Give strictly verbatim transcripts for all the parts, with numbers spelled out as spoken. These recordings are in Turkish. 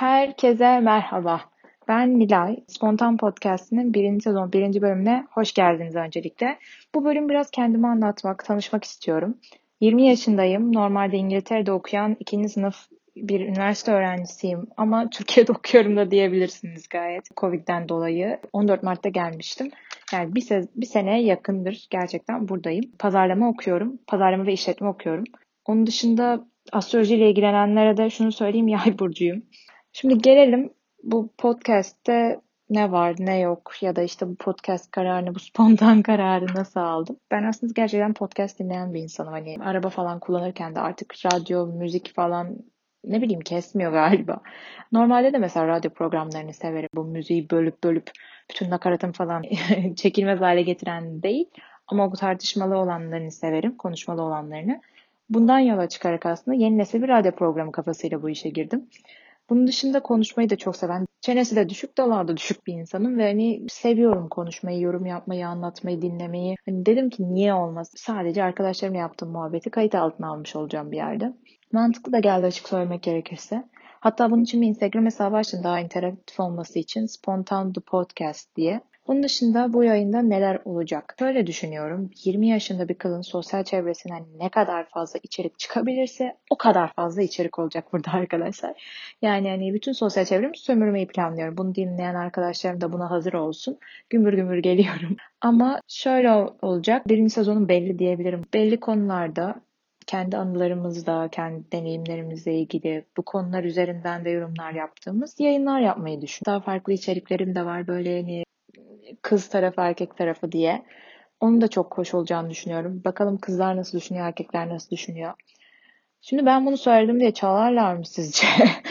Herkese merhaba. Ben Nilay. Spontan Podcast'inin birinci sezon birinci bölümüne hoş geldiniz öncelikle. Bu bölüm biraz kendimi anlatmak, tanışmak istiyorum. yirmi yaşındayım. Normalde İngiltere'de okuyan ikinci sınıf bir üniversite öğrencisiyim. Ama Türkiye'de okuyorum da diyebilirsiniz gayet. Covid'den dolayı. on dört Mart'ta gelmiştim. Yani bir, se- bir seneye yakındır gerçekten buradayım. Pazarlama okuyorum. Pazarlama ve işletme okuyorum. Onun dışında astrolojiyle ilgilenenlere de şunu söyleyeyim, Yay burcuyum. Şimdi gelelim bu podcast'te ne var ne yok ya da işte bu podcast kararını, bu spontan kararı nasıl aldım? Ben aslında gerçekten podcast dinleyen bir insanım. Hani araba falan kullanırken de artık radyo, müzik falan ne bileyim kesmiyor galiba. Normalde de mesela radyo programlarını severim. Bu müziği bölüp bölüp bütün nakaratın falan çekilmez hale getiren değil. Ama bu tartışmalı olanlarını severim, konuşmalı olanlarını. Bundan yola çıkarak aslında yeni nesil bir radyo programı kafasıyla bu işe girdim. Bunun dışında konuşmayı da çok seven, çenesi de düşük, dalağı da düşük bir insanım ve hani seviyorum konuşmayı, yorum yapmayı, anlatmayı, dinlemeyi. Hani dedim ki niye olmaz? Sadece arkadaşlarımla yaptığım muhabbeti kayıt altına almış olacağım bir yerde. Mantıklı da geldi açık söylemek gerekirse. Hatta bunun için bir Instagram hesabı açtım daha interaktif olması için. Spontan The Podcast diye. Bunun dışında bu yayında neler olacak? Şöyle düşünüyorum. yirmi yaşında bir kızın sosyal çevresinden ne kadar fazla içerik çıkabilirse o kadar fazla içerik olacak burada arkadaşlar. Yani hani bütün sosyal çevremi sömürmeyi planlıyorum. Bunu dinleyen arkadaşlarım da buna hazır olsun. Gümbür gümbür geliyorum. Ama şöyle olacak. Birinci sezonun belli diyebilirim. Belli konularda kendi anılarımızla, kendi deneyimlerimizle ilgili bu konular üzerinden de yorumlar yaptığımız yayınlar yapmayı düşünüyorum. Daha farklı içeriklerim de var böyle hani kız tarafı erkek tarafı diye. Onun da çok hoş olacağını düşünüyorum. Bakalım kızlar nasıl düşünüyor, erkekler nasıl düşünüyor. Şimdi ben bunu söyledim diye çalarlar mı sizce?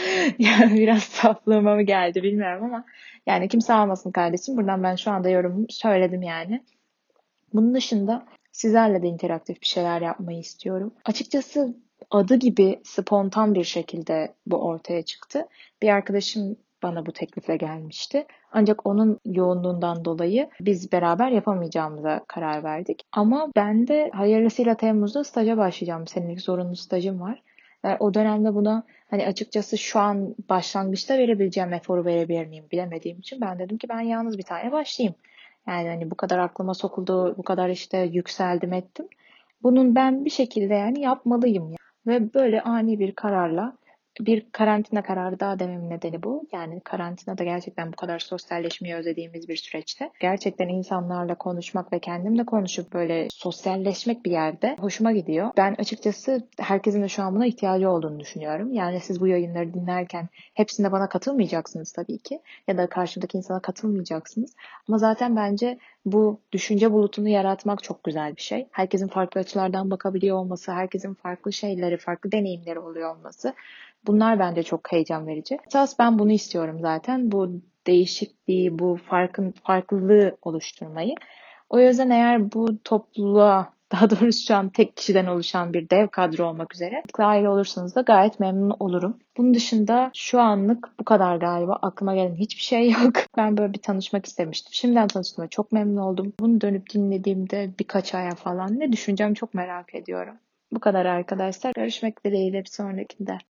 Yani biraz saflığıma mı geldi bilmiyorum ama yani kimse almasın kardeşim. Buradan ben şu anda yorumumu söyledim yani. Bunun dışında sizlerle de interaktif bir şeyler yapmayı istiyorum. Açıkçası adı gibi spontan bir şekilde bu ortaya çıktı. Bir arkadaşım bana bu teklifle gelmişti. Ancak onun yoğunluğundan dolayı biz beraber yapamayacağımıza karar verdik. Ama ben de hayırlısıyla Temmuz'da staja başlayacağım. Senelik zorunlu stajım var. Ve o dönemde buna hani açıkçası şu an başlangıçta verebileceğim eforu verebilir miyim bilemediğim için ben dedim ki ben yalnız bir tane başlayayım. Yani hani bu kadar aklıma sokuldu, bu kadar işte yükseldim ettim. Bunun ben bir şekilde yani yapmalıyım ya. Ve böyle ani bir kararla bir karantina kararı daha dememin nedeni bu. Yani karantina da gerçekten bu kadar sosyalleşmeyi özlediğimiz bir süreçte. Gerçekten insanlarla konuşmak ve kendimle konuşup böyle sosyalleşmek bir yerde hoşuma gidiyor. Ben açıkçası herkesin de şu an buna ihtiyacı olduğunu düşünüyorum. Yani siz bu yayınları dinlerken hepsinde bana katılmayacaksınız tabii ki. Ya da karşımdaki insana katılmayacaksınız. Ama zaten bence bu düşünce bulutunu yaratmak çok güzel bir şey. Herkesin farklı açılardan bakabiliyor olması, herkesin farklı şeyleri, farklı deneyimleri oluyor olması. Bunlar bence çok heyecan verici. Esas ben bunu istiyorum zaten. Bu değişikliği, bu farkın farklılığı oluşturmayı. O yüzden eğer bu topluluğa, daha doğrusu şu an tek kişiden oluşan bir dev kadro olmak üzere dahil olursanız da gayet memnun olurum. Bunun dışında şu anlık bu kadar galiba. Aklıma gelen hiçbir şey yok. Ben böyle bir tanışmak istemiştim. Şimdiden tanıştığıma çok memnun oldum. Bunu dönüp dinlediğimde birkaç aya falan ne düşüneceğim çok merak ediyorum. Bu kadar arkadaşlar. Görüşmek dileğiyle bir sonrakinde.